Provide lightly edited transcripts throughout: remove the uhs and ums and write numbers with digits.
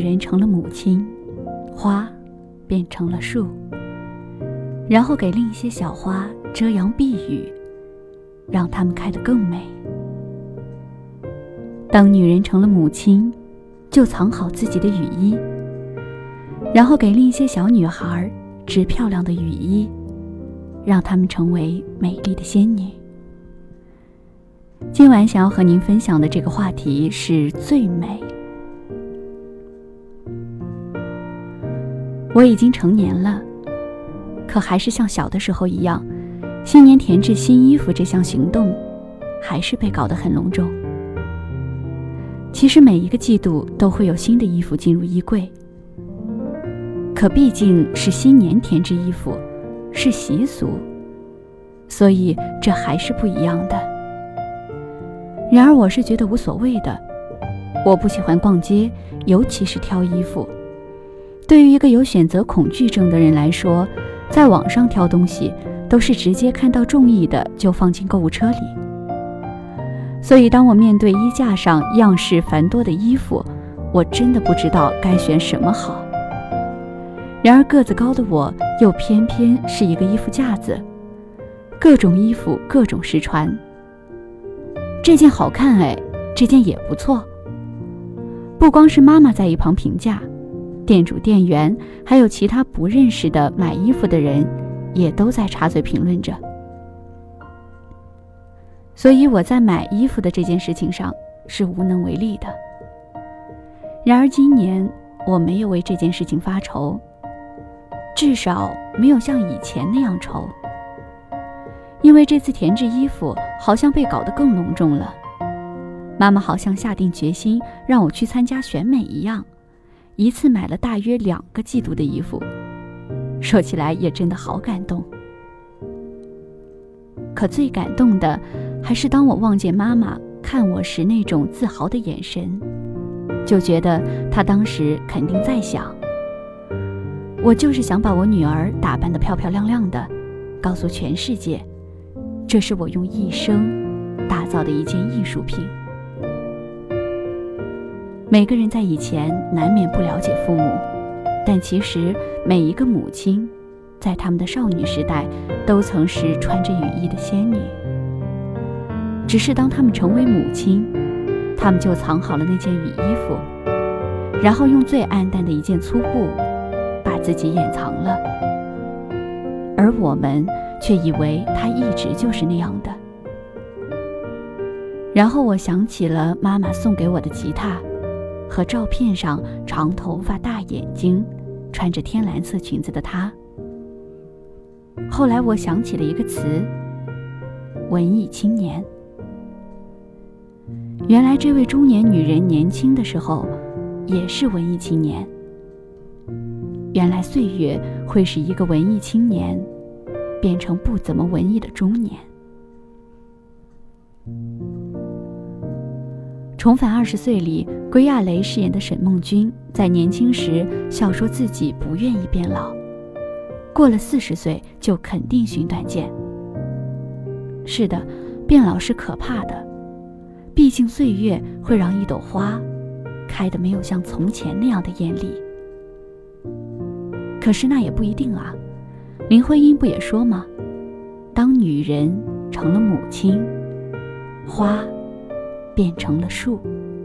人成了母亲，花变成了树，然后给另一些小花遮阳避雨，让它们开得更美。当女人成了母亲，就藏好自己的雨衣，然后给另一些小女孩织漂亮的雨衣，让她们成为美丽的仙女。今晚想要和您分享的这个话题是最美。我已经成年了，可还是像小的时候一样，新年填制新衣服这项行动还是被搞得很隆重。其实每一个季度都会有新的衣服进入衣柜，可毕竟是新年填制衣服，是习俗，所以这还是不一样的。然而我是觉得无所谓的，我不喜欢逛街，尤其是挑衣服。对于一个有选择恐惧症的人来说，在网上挑东西都是直接看到中意的就放进购物车里。所以当我面对衣架上样式繁多的衣服，我真的不知道该选什么好。然而个子高的我又偏偏是一个衣服架子，各种衣服各种试穿，这件好看哎，这件也不错。不光是妈妈在一旁评价，店主店员还有其他不认识的买衣服的人也都在插嘴评论着。所以我在买衣服的这件事情上是无能为力的。然而今年我没有为这件事情发愁，至少没有像以前那样愁。因为这次填制衣服好像被搞得更隆重了，妈妈好像下定决心让我去参加选美一样，一次买了大约2个季度的衣服，说起来也真的好感动。可最感动的还是当我望见妈妈看我时那种自豪的眼神，就觉得她当时肯定在想，我就是想把我女儿打扮得漂漂亮亮的，告诉全世界，这是我用一生打造的一件艺术品。每个人在以前难免不了解父母，但其实每一个母亲在他们的少女时代都曾是穿着雨衣的仙女。只是当他们成为母亲，他们就藏好了那件雨衣服，然后用最暗淡的一件粗布把自己掩藏了，而我们却以为她一直就是那样的。然后我想起了妈妈送给我的吉他和照片上长头发大眼睛穿着天蓝色裙子的她。后来我想起了一个词，文艺青年。原来这位中年女人年轻的时候也是文艺青年。原来岁月会使一个文艺青年变成不怎么文艺的中年。重返20岁里，归亚蕾饰演的沈梦君在年轻时笑说自己不愿意变老，过了40岁就肯定寻短见。是的，变老是可怕的，毕竟岁月会让一朵花开得没有像从前那样的艳丽。可是那也不一定啊，林徽因不也说吗？当女人成了母亲，花变成了树。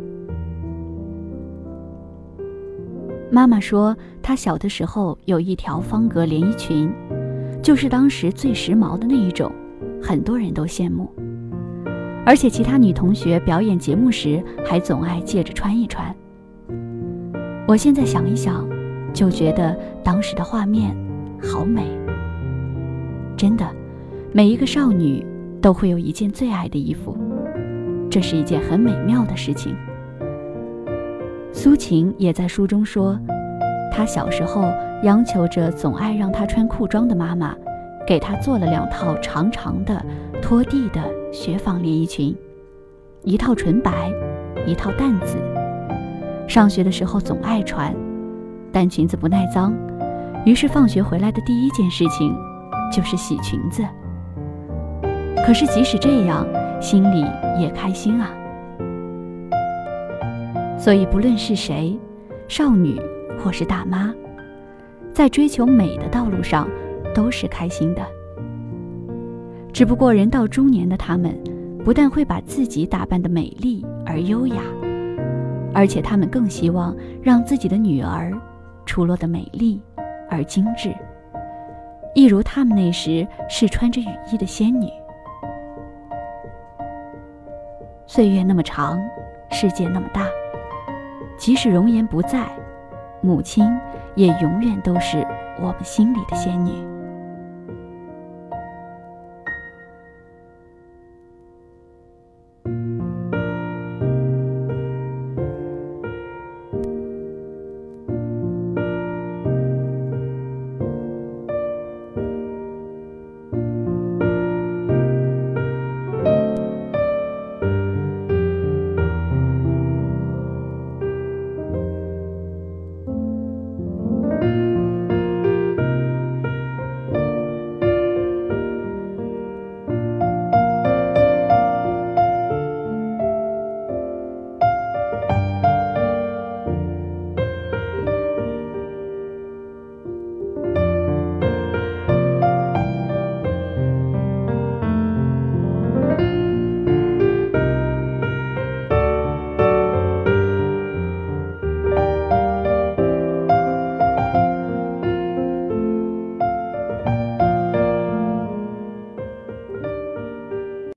妈妈说她小的时候有一条方格连衣裙，就是当时最时髦的那一种，很多人都羡慕，而且其他女同学表演节目时还总爱借着穿一穿。我现在想一想，就觉得当时的画面好美。真的，每一个少女都会有一件最爱的衣服，这是一件很美妙的事情。苏秦也在书中说，他小时候央求着总爱让他穿裤装的妈妈，给他做了2套长长的拖地的雪纺连衣裙，一套纯白，一套淡紫。上学的时候总爱穿，但裙子不耐脏，于是放学回来的第一件事情就是洗裙子。可是即使这样，心里也开心啊。所以不论是谁， 少女或是大妈，在追求美的道路上都是开心的。只不过人到中年的他们，不但会把自己打扮得美丽而优雅，而且他们更希望让自己的女儿出落得美丽而精致，一如他们那时是穿着雨衣的仙女。岁月那么长，世界那么大，即使容颜不在，母亲也永远都是我们心里的仙女。